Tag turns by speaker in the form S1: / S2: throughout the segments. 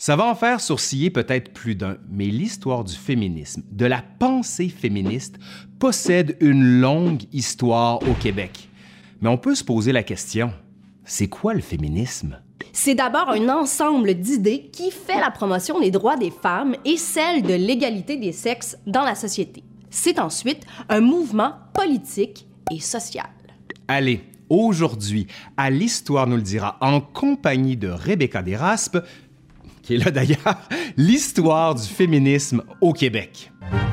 S1: Ça va en faire sourciller peut-être plus d'un, mais l'histoire du féminisme, de la pensée féministe, possède une longue histoire au Québec. Mais on peut se poser la question, c'est quoi le féminisme?
S2: C'est d'abord un ensemble d'idées qui fait la promotion des droits des femmes et celle de l'égalité des sexes dans la société. C'est ensuite un mouvement politique et social.
S1: Allez, aujourd'hui, à l'Histoire nous le dira, en compagnie de Rebecca Desraspes, qui est là d'ailleurs, l'histoire du féminisme au Québec.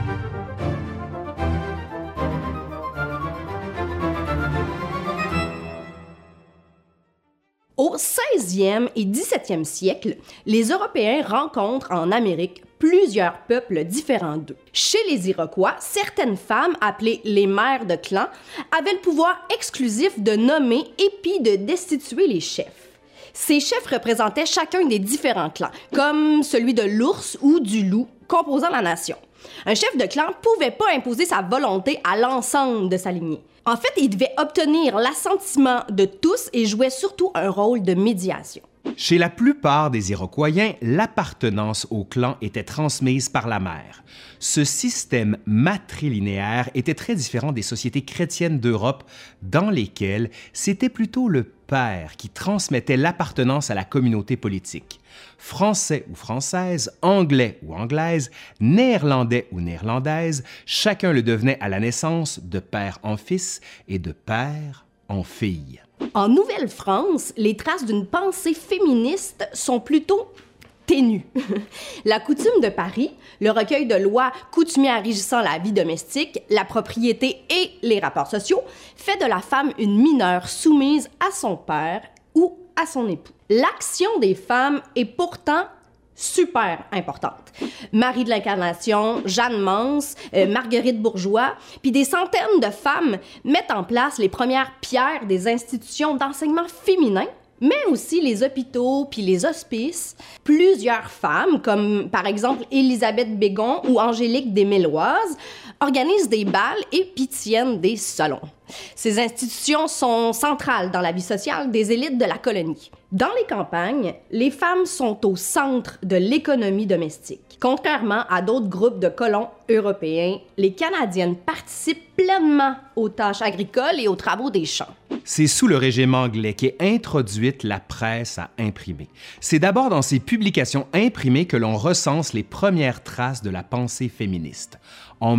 S2: Au 16e et 17e siècle, les Européens rencontrent en Amérique plusieurs peuples différents d'eux. Chez les Iroquois, certaines femmes, appelées les mères de clan, avaient le pouvoir exclusif de nommer et puis de destituer les chefs. Ces chefs représentaient chacun des différents clans, comme celui de l'ours ou du loup, composant la nation. Un chef de clan ne pouvait pas imposer sa volonté à l'ensemble de sa lignée. En fait, il devait obtenir l'assentiment de tous et jouait surtout un rôle de médiation.
S1: Chez la plupart des Iroquoiens, l'appartenance au clan était transmise par la mère. Ce système matrilinéaire était très différent des sociétés chrétiennes d'Europe, dans lesquelles c'était plutôt le père qui transmettait l'appartenance à la communauté politique. Français ou française, anglais ou anglaise, néerlandais ou néerlandaise, chacun le devenait à la naissance de père en fils et de père en fille.
S2: En Nouvelle-France, les traces d'une pensée féministe sont plutôt ténues. La coutume de Paris, le recueil de lois coutumières régissant la vie domestique, la propriété et les rapports sociaux, fait de la femme une mineure soumise à son père ou à son époux. L'action des femmes est pourtant super importante. Marie de l'Incarnation, Jeanne Mance, Marguerite Bourgeois, puis des centaines de femmes mettent en place les premières pierres des institutions d'enseignement féminin, mais aussi les hôpitaux puis les hospices. Plusieurs femmes, comme par exemple Élisabeth Bégon ou Angélique Desméloises, organisent des bals et puis tiennent des salons. Ces institutions sont centrales dans la vie sociale des élites de la colonie. Dans les campagnes, les femmes sont au centre de l'économie domestique. Contrairement à d'autres groupes de colons européens, les Canadiennes participent pleinement aux tâches agricoles et aux travaux des champs.
S1: C'est sous le régime anglais qu'est introduite la presse à imprimer. C'est d'abord dans ces publications imprimées que l'on recense les premières traces de la pensée féministe. En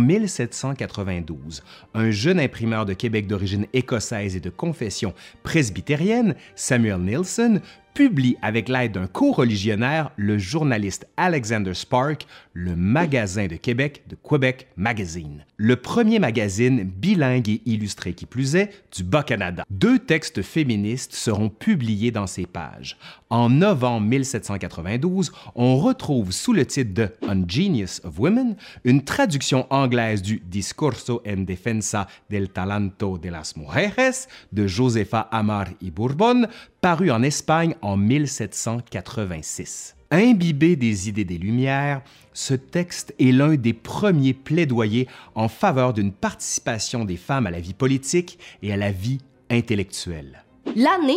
S1: 1792, un jeune imprimeur de Québec d'origine écossaise et de confession presbytérienne, Samuel Neilson, publie avec l'aide d'un co-religionnaire, le journaliste Alexander Spark, le Magasin de Québec de Quebec Magazine. Le premier magazine bilingue et illustré qui plus est du Bas-Canada. 2 textes féministes seront publiés dans ces pages. En novembre 1792, on retrouve sous le titre de On Genius of Women une traduction anglaise du Discorso en defensa del talento de las mujeres de Josefa Amar y Bourbon, paru en Espagne en 1786. Imbibé des idées des Lumières, ce texte est l'un des premiers plaidoyers en faveur d'une participation des femmes à la vie politique et à la vie intellectuelle.
S2: L'année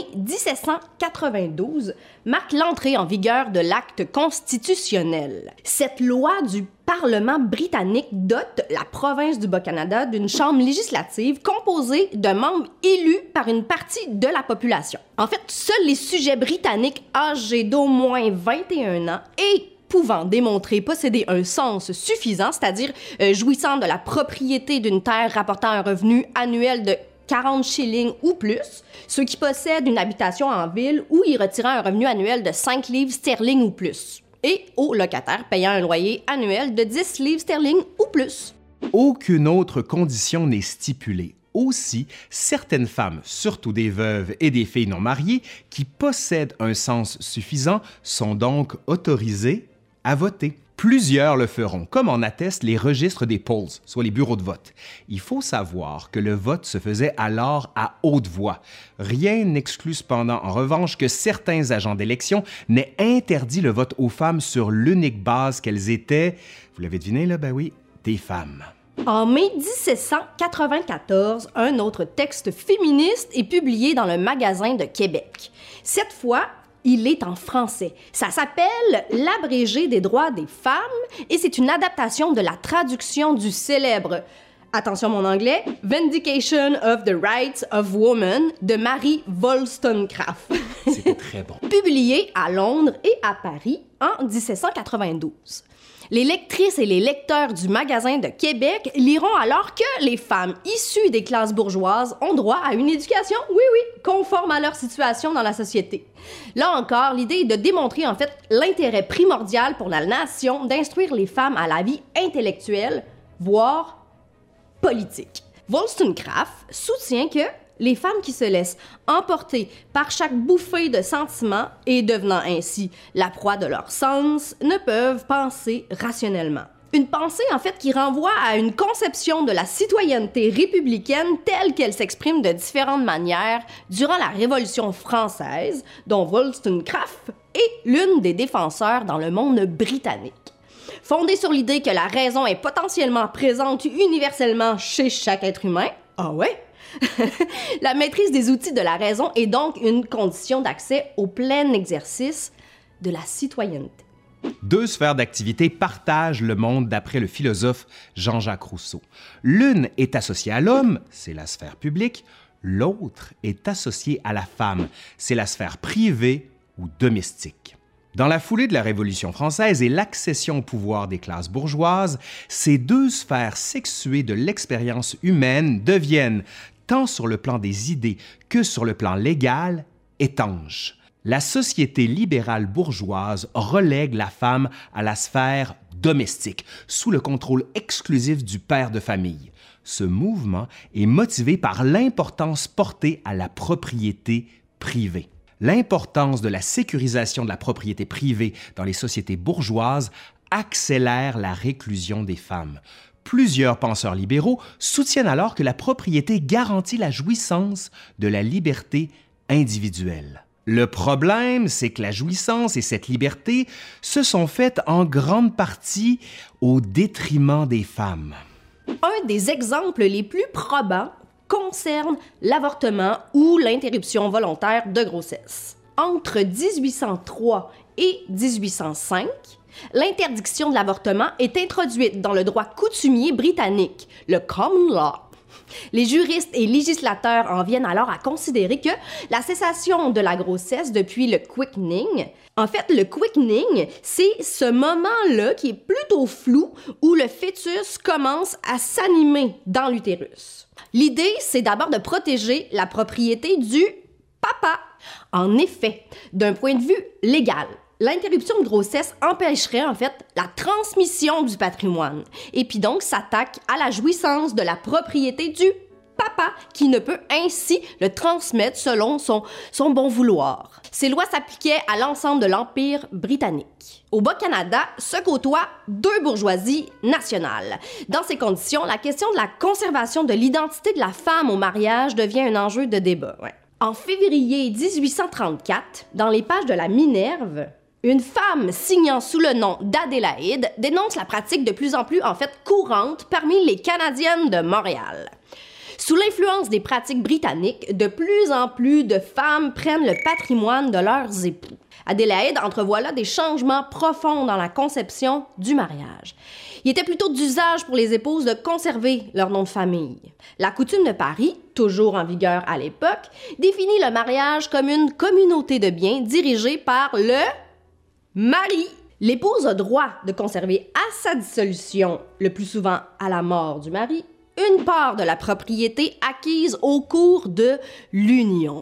S2: 1792 marque l'entrée en vigueur de l'acte constitutionnel. Cette loi du Parlement britannique dote la province du Bas-Canada d'une chambre législative composée de membres élus par une partie de la population. En fait, seuls les sujets britanniques âgés d'au moins 21 ans et pouvant démontrer posséder un sens suffisant, c'est-à-dire jouissant de la propriété d'une terre rapportant un revenu annuel de 40 shillings ou plus, ceux qui possèdent une habitation en ville ou y retirant un revenu annuel de 5 livres sterling ou plus, et aux locataires payant un loyer annuel de 10 livres sterling ou plus.
S1: Aucune autre condition n'est stipulée. Aussi, certaines femmes, surtout des veuves et des filles non mariées, qui possèdent un sens suffisant, sont donc autorisées à voter. Plusieurs le feront, comme en attestent les registres des polls, soit les bureaux de vote. Il faut savoir que le vote se faisait alors à haute voix. Rien n'exclut cependant, en revanche, que certains agents d'élection n'aient interdit le vote aux femmes sur l'unique base qu'elles étaient, vous l'avez deviné là, ben oui, des femmes.
S2: En mai 1794, un autre texte féministe est publié dans le Magasin de Québec. Cette fois, il est en français. Ça s'appelle L'abrégé des droits des femmes et c'est une adaptation de la traduction du célèbre, attention mon anglais, Vindication of the Rights of Women de Mary Wollstonecraft.
S1: C'était très bon.
S2: Publié à Londres et à Paris en 1792. Les lectrices et les lecteurs du Magasin de Québec liront alors que les femmes issues des classes bourgeoises ont droit à une éducation, oui, conforme à leur situation dans la société. Là encore, l'idée est de démontrer en fait l'intérêt primordial pour la nation d'instruire les femmes à la vie intellectuelle, voire politique. Wollstonecraft soutient que les femmes qui se laissent emporter par chaque bouffée de sentiments et devenant ainsi la proie de leur sens ne peuvent penser rationnellement. Une pensée, en fait, qui renvoie à une conception de la citoyenneté républicaine telle qu'elle s'exprime de différentes manières durant la Révolution française, dont Wollstonecraft est l'une des défenseurs dans le monde britannique. Fondée sur l'idée que la raison est potentiellement présente universellement chez chaque être humain, ah ouais? La maîtrise des outils de la raison est donc une condition d'accès au plein exercice de la citoyenneté.
S1: Deux sphères d'activité partagent le monde d'après le philosophe Jean-Jacques Rousseau. L'une est associée à l'homme, c'est la sphère publique. L'autre est associée à la femme, c'est la sphère privée ou domestique. Dans la foulée de la Révolution française et l'accession au pouvoir des classes bourgeoises, ces deux sphères sexuées de l'expérience humaine deviennent, tant sur le plan des idées que sur le plan légal, étanches. La société libérale bourgeoise relègue la femme à la sphère domestique, sous le contrôle exclusif du père de famille. Ce mouvement est motivé par l'importance portée à la propriété privée. L'importance de la sécurisation de la propriété privée dans les sociétés bourgeoises accélère la réclusion des femmes. Plusieurs penseurs libéraux soutiennent alors que la propriété garantit la jouissance de la liberté individuelle. Le problème, c'est que la jouissance et cette liberté se sont faites en grande partie au détriment des femmes.
S2: Un des exemples les plus probants concerne l'avortement ou l'interruption volontaire de grossesse. Entre 1803 et 1805, l'interdiction de l'avortement est introduite dans le droit coutumier britannique, le common law. Les juristes et législateurs en viennent alors à considérer que la cessation de la grossesse depuis le quickening, en fait, le quickening, c'est ce moment-là qui est plutôt flou où le fœtus commence à s'animer dans l'utérus. L'idée, c'est d'abord de protéger la propriété du papa. En effet, d'un point de vue légal, l'interruption de grossesse empêcherait en fait la transmission du patrimoine et puis donc s'attaque à la jouissance de la propriété du papa qui ne peut ainsi le transmettre selon son bon vouloir. Ces lois s'appliquaient à l'ensemble de l'Empire britannique. Au Bas-Canada se côtoient deux bourgeoisies nationales. Dans ces conditions, la question de la conservation de l'identité de la femme au mariage devient un enjeu de débat. Ouais. En février 1834, dans les pages de la Minerve, une femme signant sous le nom d'Adélaïde dénonce la pratique de plus en plus courante parmi les Canadiennes de Montréal. Sous l'influence des pratiques britanniques, de plus en plus de femmes prennent le patrimoine de leurs époux. Adélaïde entrevoit là des changements profonds dans la conception du mariage. Il était plutôt d'usage pour les épouses de conserver leur nom de famille. La coutume de Paris, toujours en vigueur à l'époque, définit le mariage comme une communauté de biens dirigée par le mari. L'épouse a droit de conserver à sa dissolution, le plus souvent à la mort du mari, une part de la propriété acquise au cours de l'union.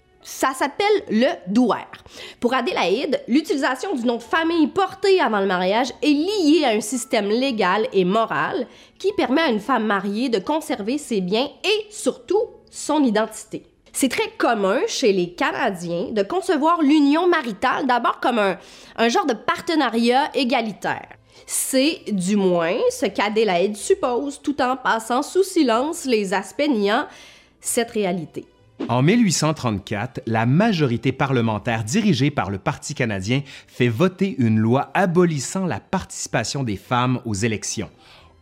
S2: Ça s'appelle le douaire. Pour Adélaïde, l'utilisation du nom de famille porté avant le mariage est liée à un système légal et moral qui permet à une femme mariée de conserver ses biens et surtout son identité. C'est très commun chez les Canadiens de concevoir l'union maritale d'abord comme un genre de partenariat égalitaire. C'est, du moins, ce qu'Adélaïde suppose, tout en passant sous silence les aspects niant cette réalité.
S1: En 1834, la majorité parlementaire dirigée par le Parti canadien fait voter une loi abolissant la participation des femmes aux élections.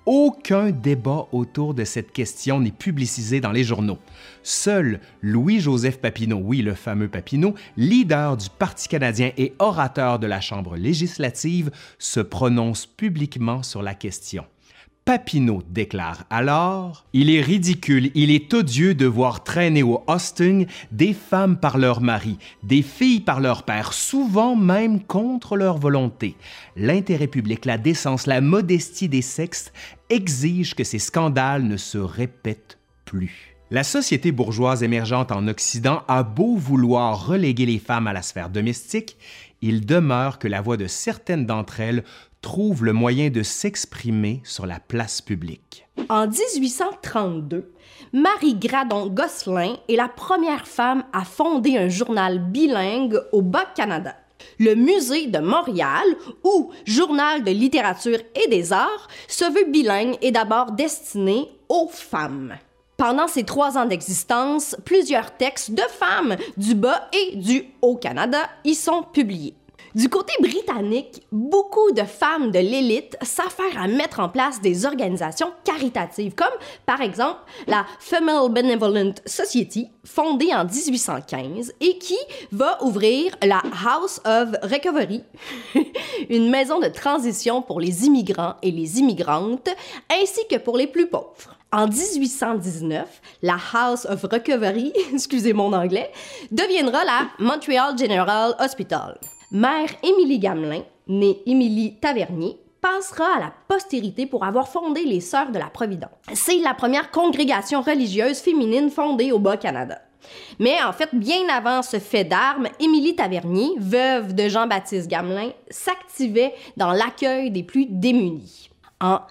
S1: aucun débat autour de cette question n'est publicisé dans les journaux. Seul Louis-Joseph Papineau, oui, le fameux Papineau, leader du Parti canadien et orateur de la Chambre législative, se prononce publiquement sur la question. Papineau déclare alors « Il est ridicule, il est odieux de voir traîner au hosting des femmes par leur mari, des filles par leur père, souvent même contre leur volonté. L'intérêt public, la décence, la modestie des sexes exigent que ces scandales ne se répètent plus. » La société bourgeoise émergente en Occident a beau vouloir reléguer les femmes à la sphère domestique, il demeure que la voix de certaines d'entre elles trouve le moyen de s'exprimer sur la place publique.
S2: En 1832, Marie Gradon-Gosselin est la première femme à fonder un journal bilingue au Bas-Canada. Le Musée de Montréal, ou Journal de littérature et des arts, se veut bilingue et d'abord destiné aux femmes. Pendant ces 3 ans d'existence, plusieurs textes de femmes du Bas et du Haut-Canada y sont publiés. Du côté britannique, beaucoup de femmes de l'élite s'affairent à mettre en place des organisations caritatives, comme par exemple la Female Benevolent Society, fondée en 1815 et qui va ouvrir la House of Recovery, une maison de transition pour les immigrants et les immigrantes, ainsi que pour les plus pauvres. En 1819, la House of Recovery, excusez mon anglais, deviendra la Montreal General Hospital. Mère Émilie Gamelin, née Émilie Tavernier, passera à la postérité pour avoir fondé les Sœurs de la Providence. C'est la première congrégation religieuse féminine fondée au Bas-Canada. Mais en fait, bien avant ce fait d'armes, Émilie Tavernier, veuve de Jean-Baptiste Gamelin, s'activait dans l'accueil des plus démunis. En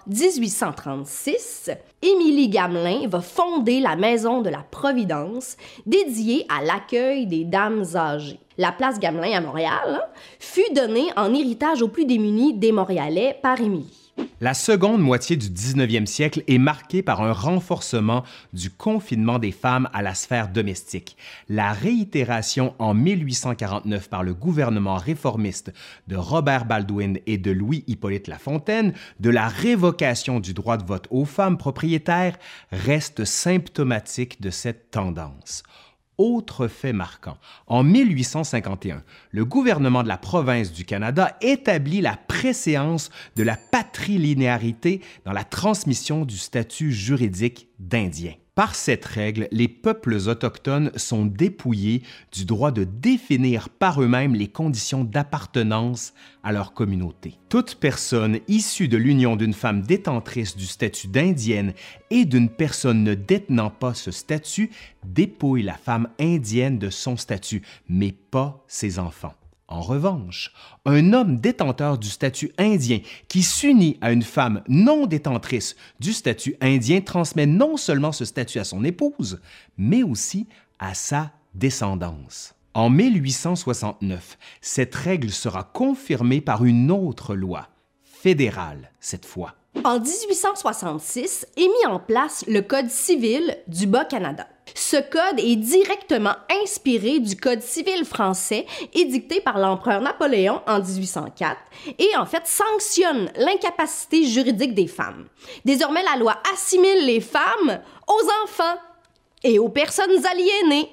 S2: 1836, Émilie Gamelin va fonder la Maison de la Providence, dédiée à l'accueil des dames âgées. La place Gamelin à Montréal fut donnée en héritage aux plus démunis des Montréalais par Émilie.
S1: La seconde moitié du 19e siècle est marquée par un renforcement du confinement des femmes à la sphère domestique. La réitération en 1849 par le gouvernement réformiste de Robert Baldwin et de Louis-Hippolyte Lafontaine de la révocation du droit de vote aux femmes propriétaires reste symptomatique de cette tendance. Autre fait marquant, en 1851, le gouvernement de la province du Canada établit la préséance de la patrilinéarité dans la transmission du statut juridique d'Indien. Par cette règle, les peuples autochtones sont dépouillés du droit de définir par eux-mêmes les conditions d'appartenance à leur communauté. Toute personne issue de l'union d'une femme détentrice du statut d'indienne et d'une personne ne détenant pas ce statut dépouille la femme indienne de son statut, mais pas ses enfants. En revanche, un homme détenteur du statut indien qui s'unit à une femme non détentrice du statut indien transmet non seulement ce statut à son épouse, mais aussi à sa descendance. En 1869, cette règle sera confirmée par une autre loi, fédérale cette fois.
S2: En 1866 est mis en place le Code civil du Bas-Canada. Ce code est directement inspiré du Code civil français édicté par l'empereur Napoléon en 1804 et en fait sanctionne l'incapacité juridique des femmes. Désormais, la loi assimile les femmes aux enfants et aux personnes aliénées.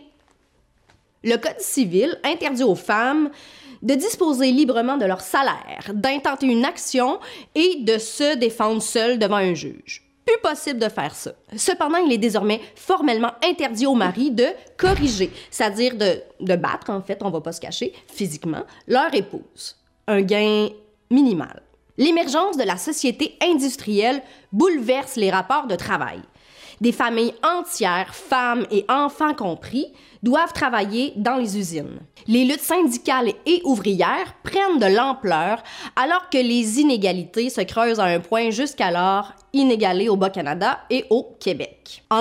S2: Le Code civil interdit aux femmes de disposer librement de leur salaire, d'intenter une action et de se défendre seules devant un juge. Plus possible de faire ça. Cependant, il est désormais formellement interdit aux maris de corriger, c'est-à-dire de battre, en fait, on va pas se cacher, physiquement, leur épouse. Un gain minimal. L'émergence de la société industrielle bouleverse les rapports de travail. Des familles entières, femmes et enfants compris, doivent travailler dans les usines. Les luttes syndicales et ouvrières prennent de l'ampleur alors que les inégalités se creusent à un point jusqu'alors inégalé au Bas-Canada et au Québec. En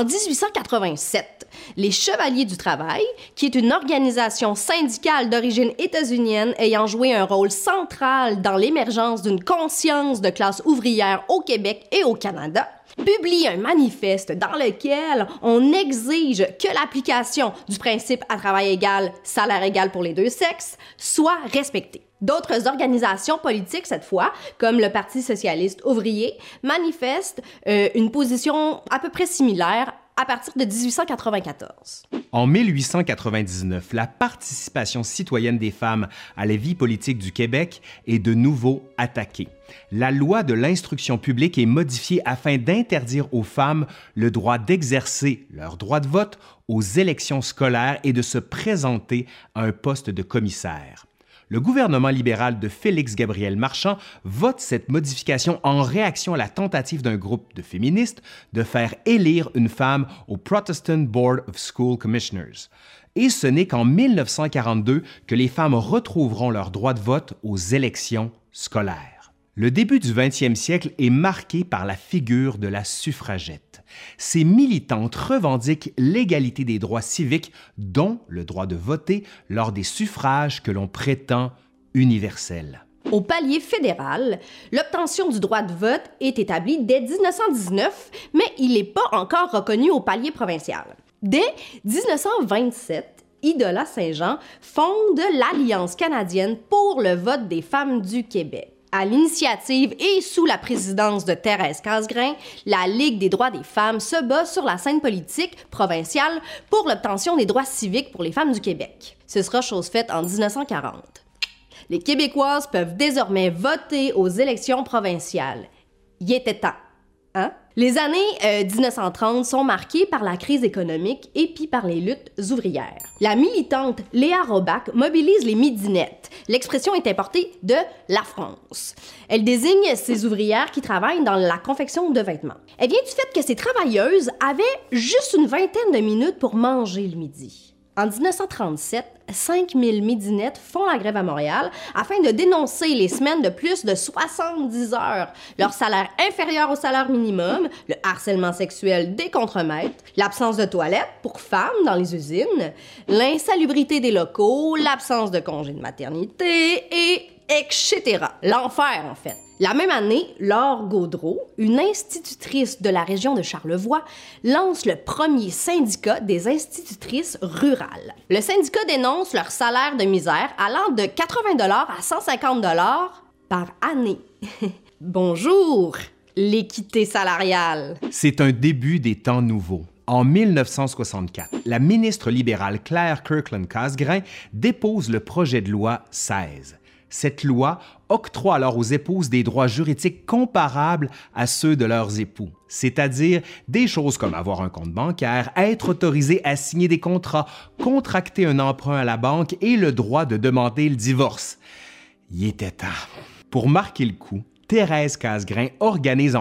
S2: 1887, les Chevaliers du Travail, qui est une organisation syndicale d'origine états-unienne ayant joué un rôle central dans l'émergence d'une conscience de classe ouvrière au Québec et au Canada, publie un manifeste dans lequel on exige que l'application du principe à travail égal, salaire égal pour les deux sexes soit respectée. D'autres organisations politiques, cette fois, comme le Parti socialiste ouvrier, manifestent une position à peu près similaire à partir de 1894.
S1: En 1899, la participation citoyenne des femmes à la vie politique du Québec est de nouveau attaquée. La loi de l'instruction publique est modifiée afin d'interdire aux femmes le droit d'exercer leur droit de vote aux élections scolaires et de se présenter à un poste de commissaire. Le gouvernement libéral de Félix-Gabriel Marchand vote cette modification en réaction à la tentative d'un groupe de féministes de faire élire une femme au Protestant Board of School Commissioners. Et ce n'est qu'en 1942 que les femmes retrouveront leur droit de vote aux élections scolaires. Le début du 20e siècle est marqué par la figure de la suffragette. Ces militantes revendiquent l'égalité des droits civiques, dont le droit de voter lors des suffrages que l'on prétend universels.
S2: Au palier fédéral, l'obtention du droit de vote est établie dès 1919, mais il n'est pas encore reconnu au palier provincial. Dès 1927, Idola Saint-Jean fonde l'Alliance canadienne pour le vote des femmes du Québec. À l'initiative et sous la présidence de Thérèse Casgrain, la Ligue des droits des femmes se bat sur la scène politique provinciale pour l'obtention des droits civiques pour les femmes du Québec. Ce sera chose faite en 1940. Les Québécoises peuvent désormais voter aux élections provinciales. Il était temps, hein? Les années 1930 sont marquées par la crise économique et puis par les luttes ouvrières. La militante Léa Roback mobilise les midinettes. L'expression est importée de la France. Elle désigne ces ouvrières qui travaillent dans la confection de vêtements. Elle vient du fait que ces travailleuses avaient juste une vingtaine de minutes pour manger le midi. En 1937, 5000 midinettes font la grève à Montréal afin de dénoncer les semaines de plus de 70 heures, leur salaire inférieur au salaire minimum, le harcèlement sexuel des contremaîtres, l'absence de toilettes pour femmes dans les usines, l'insalubrité des locaux, l'absence de congé de maternité et etc. L'enfer, en fait. La même année, Laure Gaudreau, une institutrice de la région de Charlevoix, lance le premier syndicat des institutrices rurales. Le syndicat dénonce leur salaire de misère allant de 80 $ à 150 $ par année. Bonjour, l'équité salariale.
S1: C'est un début des temps nouveaux. En 1964, la ministre libérale Claire Kirkland Casgrain dépose le projet de loi 16. Cette loi octroie alors aux épouses des droits juridiques comparables à ceux de leurs époux, c'est-à-dire des choses comme avoir un compte bancaire, être autorisé à signer des contrats, contracter un emprunt à la banque et le droit de demander le divorce. Il était temps. Pour marquer le coup, Thérèse Casgrain organise en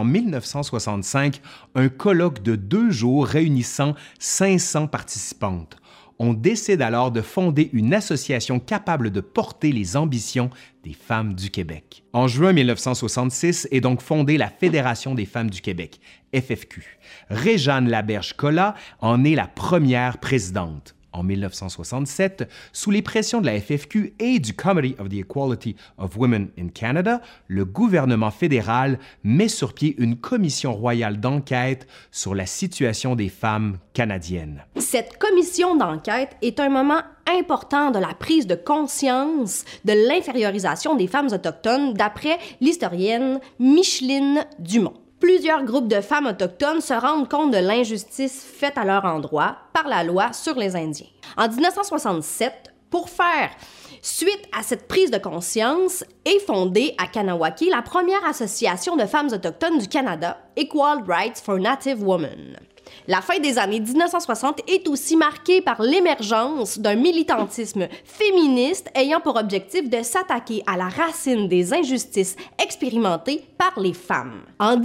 S1: 1965 un colloque de 2 jours réunissant 500 participantes. On décide alors de fonder une association capable de porter les ambitions des femmes du Québec. En juin 1966 est donc fondée la Fédération des femmes du Québec, FFQ. Réjeanne Laberge-Collat en est la première présidente. En 1967, sous les pressions de la FFQ et du Committee of the Equality of Women in Canada, le gouvernement fédéral met sur pied une commission royale d'enquête sur la situation des femmes canadiennes.
S2: Cette commission d'enquête est un moment important de la prise de conscience de l'infériorisation des femmes autochtones d'après l'historienne Micheline Dumont. Plusieurs groupes de femmes autochtones se rendent compte de l'injustice faite à leur endroit par la loi sur les Indiens. En 1967, pour faire suite à cette prise de conscience, est fondée à Kanawake la première association de femmes autochtones du Canada, Equal Rights for Native Women. La fin des années 1960 est aussi marquée par l'émergence d'un militantisme féministe ayant pour objectif de s'attaquer à la racine des injustices expérimentées par les femmes. En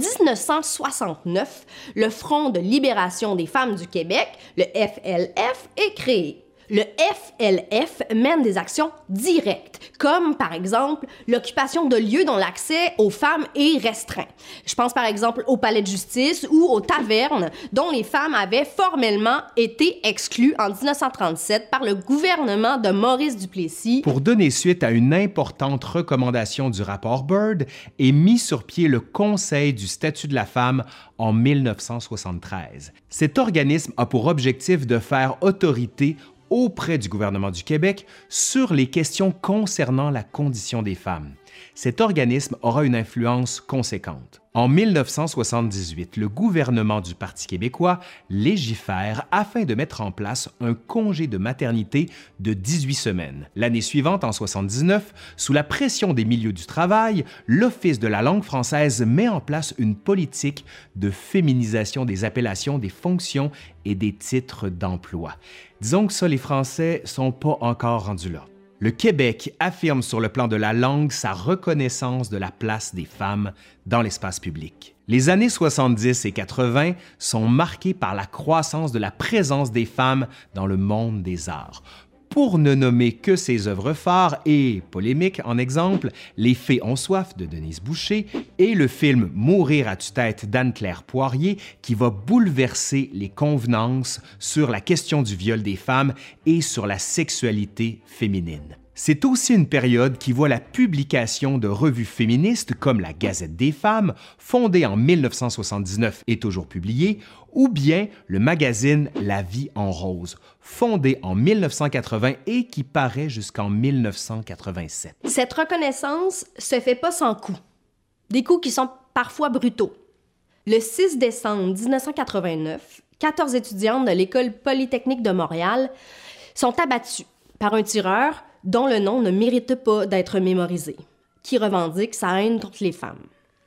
S2: 1969, le Front de libération des femmes du Québec, le FLF, est créé. Le FLF mène des actions directes, comme par exemple l'occupation de lieux dont l'accès aux femmes est restreint. Je pense par exemple au palais de justice ou aux tavernes dont les femmes avaient formellement été exclues en 1937 par le gouvernement de Maurice Duplessis.
S1: Pour donner suite à une importante recommandation du rapport Byrd, est mis sur pied le Conseil du statut de la femme en 1973. Cet organisme a pour objectif de faire autorité auprès du gouvernement du Québec sur les questions concernant la condition des femmes. Cet organisme aura une influence conséquente. En 1978, le gouvernement du Parti québécois légifère afin de mettre en place un congé de maternité de 18 semaines. L'année suivante, en 1979, sous la pression des milieux du travail, l'Office de la langue française met en place une politique de féminisation des appellations, des fonctions et des titres d'emploi. Disons que ça, les Français sont pas encore rendus là. Le Québec affirme sur le plan de la langue sa reconnaissance de la place des femmes dans l'espace public. Les années 70 et 80 sont marquées par la croissance de la présence des femmes dans le monde des arts. Pour ne nommer que ses œuvres phares et polémiques en exemple, Les Fées ont soif de Denise Boucher et le film Mourir à tue-tête d'Anne-Claire Poirier qui va bouleverser les convenances sur la question du viol des femmes et sur la sexualité féminine. C'est aussi une période qui voit la publication de revues féministes comme la Gazette des femmes, fondée en 1979 et toujours publiée, ou bien le magazine La Vie en rose, fondé en 1980 et qui paraît jusqu'en 1987.
S2: Cette reconnaissance se fait pas sans coups. Des coups qui sont parfois brutaux. Le 6 décembre 1989, 14 étudiantes de l'École polytechnique de Montréal sont abattues par un tireur dont le nom ne mérite pas d'être mémorisé, qui revendique sa haine contre les femmes.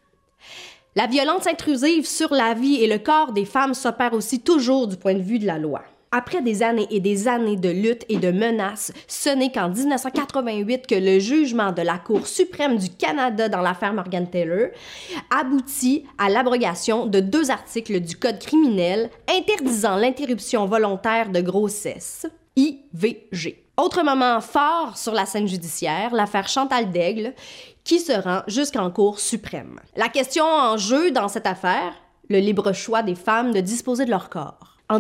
S2: La violence intrusive sur la vie et le corps des femmes s'opère aussi toujours du point de vue de la loi. Après des années et des années de lutte et de menaces, ce n'est qu'en 1988 que le jugement de la Cour suprême du Canada dans l'affaire Morgan Taylor aboutit à l'abrogation de 2 articles du Code criminel interdisant l'interruption volontaire de grossesse, IVG. Autre moment fort sur la scène judiciaire, l'affaire Chantal Daigle, qui se rend jusqu'en Cour suprême. La question en jeu dans cette affaire, le libre choix des femmes de disposer de leur corps. En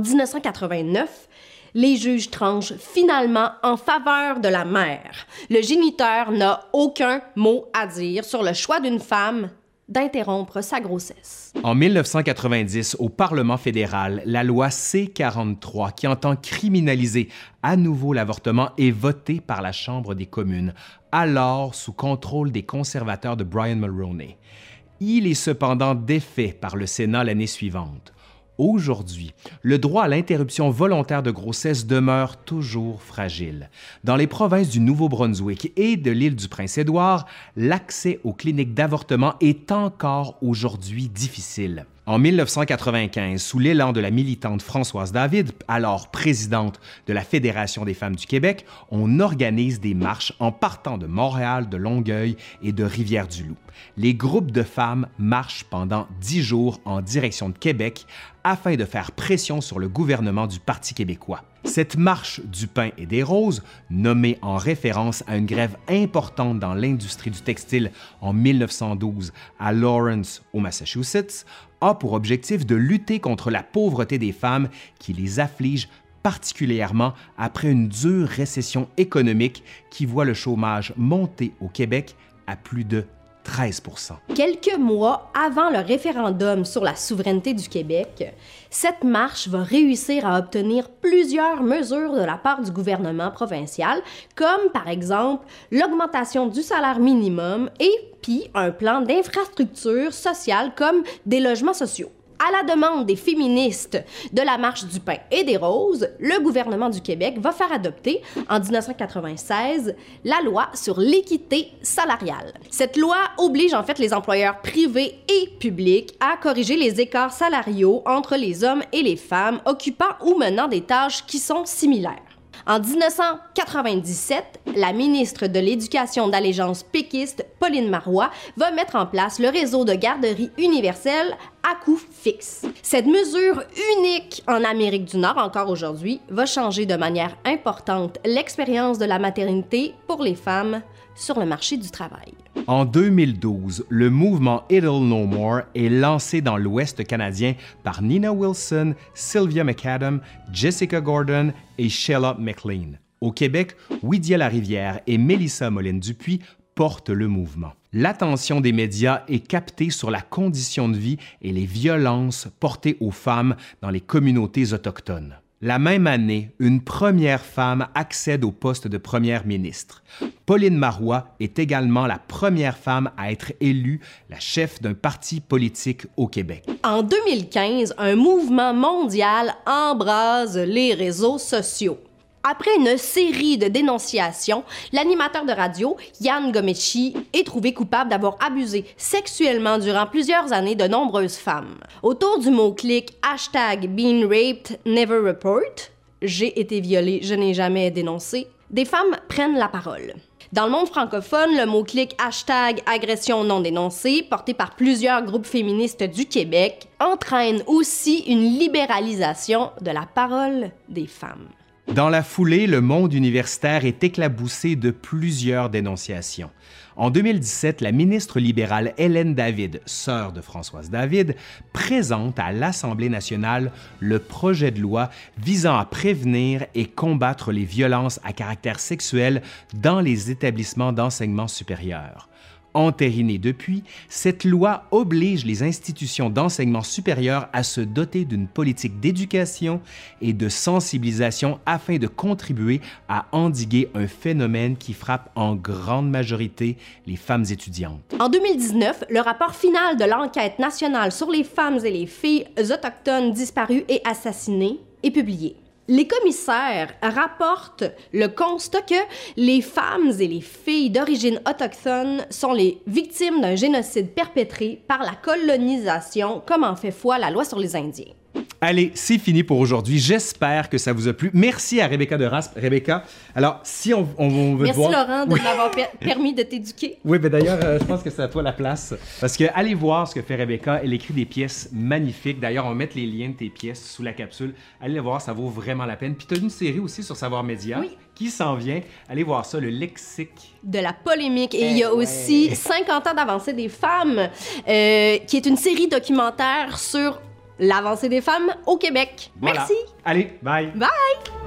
S2: 1989, les juges tranchent finalement en faveur de la mère. Le géniteur n'a aucun mot à dire sur le choix d'une femme d'interrompre sa grossesse.
S1: En 1990, au Parlement fédéral, la loi C-43, qui entend criminaliser à nouveau l'avortement, est votée par la Chambre des communes, alors sous contrôle des conservateurs de Brian Mulroney. Il est cependant défait par le Sénat l'année suivante. Aujourd'hui, le droit à l'interruption volontaire de grossesse demeure toujours fragile. Dans les provinces du Nouveau-Brunswick et de l'île du Prince-Édouard, l'accès aux cliniques d'avortement est encore aujourd'hui difficile. En 1995, sous l'élan de la militante Françoise David, alors présidente de la Fédération des femmes du Québec, on organise des marches en partant de Montréal, de Longueuil et de Rivière-du-Loup. Les groupes de femmes marchent pendant 10 jours en direction de Québec afin de faire pression sur le gouvernement du Parti québécois. Cette marche du pain et des roses, nommée en référence à une grève importante dans l'industrie du textile en 1912 à Lawrence, au Massachusetts, a pour objectif de lutter contre la pauvreté des femmes qui les afflige particulièrement après une dure récession économique qui voit le chômage monter au Québec à plus de 13%.
S2: Quelques mois avant le référendum sur la souveraineté du Québec, cette marche va réussir à obtenir plusieurs mesures de la part du gouvernement provincial, comme par exemple l'augmentation du salaire minimum et puis un plan d'infrastructure sociale comme des logements sociaux. À la demande des féministes de la Marche du pain et des roses, le gouvernement du Québec va faire adopter, en 1996, la loi sur l'équité salariale. Cette loi oblige en fait les employeurs privés et publics à corriger les écarts salariaux entre les hommes et les femmes occupant ou menant des tâches qui sont similaires. En 1997, la ministre de l'Éducation d'allégeance péquiste, Pauline Marois, va mettre en place le réseau de garderies universelles à coût fixe. Cette mesure unique en Amérique du Nord encore aujourd'hui va changer de manière importante l'expérience de la maternité pour les femmes sur le marché du travail.
S1: En 2012, le mouvement It'll No More est lancé dans l'Ouest canadien par Nina Wilson, Sylvia McAdam, Jessica Gordon et Sheila McLean. Au Québec, Wydia Larivière et Mélissa Moline-Dupuis portent le mouvement. L'attention des médias est captée sur la condition de vie et les violences portées aux femmes dans les communautés autochtones. La même année, une première femme accède au poste de première ministre. Pauline Marois est également la première femme à être élue la chef d'un parti politique au Québec.
S2: En 2015, un mouvement mondial embrase les réseaux sociaux. Après une série de dénonciations, l'animateur de radio, Yann Ghomeshi, est trouvé coupable d'avoir abusé sexuellement durant plusieurs années de nombreuses femmes. Autour du mot-clic #BeenRapedNeverReport, j'ai été violée, je n'ai jamais dénoncé, des femmes prennent la parole. Dans le monde francophone, le mot-clic #agression non dénoncée, porté par plusieurs groupes féministes du Québec, entraîne aussi une libéralisation de la parole des femmes.
S1: Dans la foulée, le monde universitaire est éclaboussé de plusieurs dénonciations. En 2017, la ministre libérale Hélène David, sœur de Françoise David, présente à l'Assemblée nationale le projet de loi visant à prévenir et combattre les violences à caractère sexuel dans les établissements d'enseignement supérieur. Entérinée depuis, cette loi oblige les institutions d'enseignement supérieur à se doter d'une politique d'éducation et de sensibilisation afin de contribuer à endiguer un phénomène qui frappe en grande majorité les femmes étudiantes.
S2: En 2019, le rapport final de l'enquête nationale sur les femmes et les filles autochtones disparues et assassinées est publié. Les commissaires rapportent le constat que les femmes et les filles d'origine autochtone sont les victimes d'un génocide perpétré par la colonisation, comme en fait foi la loi sur les Indiens.
S1: Allez, c'est fini pour aujourd'hui. J'espère que ça vous a plu. Merci à Rebecca de Raspe. Rebecca, alors, si on veut
S2: Merci
S1: te voir...
S2: Laurent de m'avoir permis de t'éduquer.
S1: Oui, mais d'ailleurs, je pense que c'est à toi la place. Parce que allez voir ce que fait Rebecca. Elle écrit des pièces magnifiques. D'ailleurs, on va mettre les liens de tes pièces sous la capsule. Allez les voir, ça vaut vraiment la peine. Puis tu as une série aussi sur Savoir Média qui s'en vient. Allez voir ça, le lexique.
S2: De la polémique. Et il y a aussi 50 ans d'avancée des femmes, qui est une série documentaire sur l'avancée des femmes au Québec.
S1: Voilà.
S2: Merci.
S1: Allez, bye.
S2: Bye.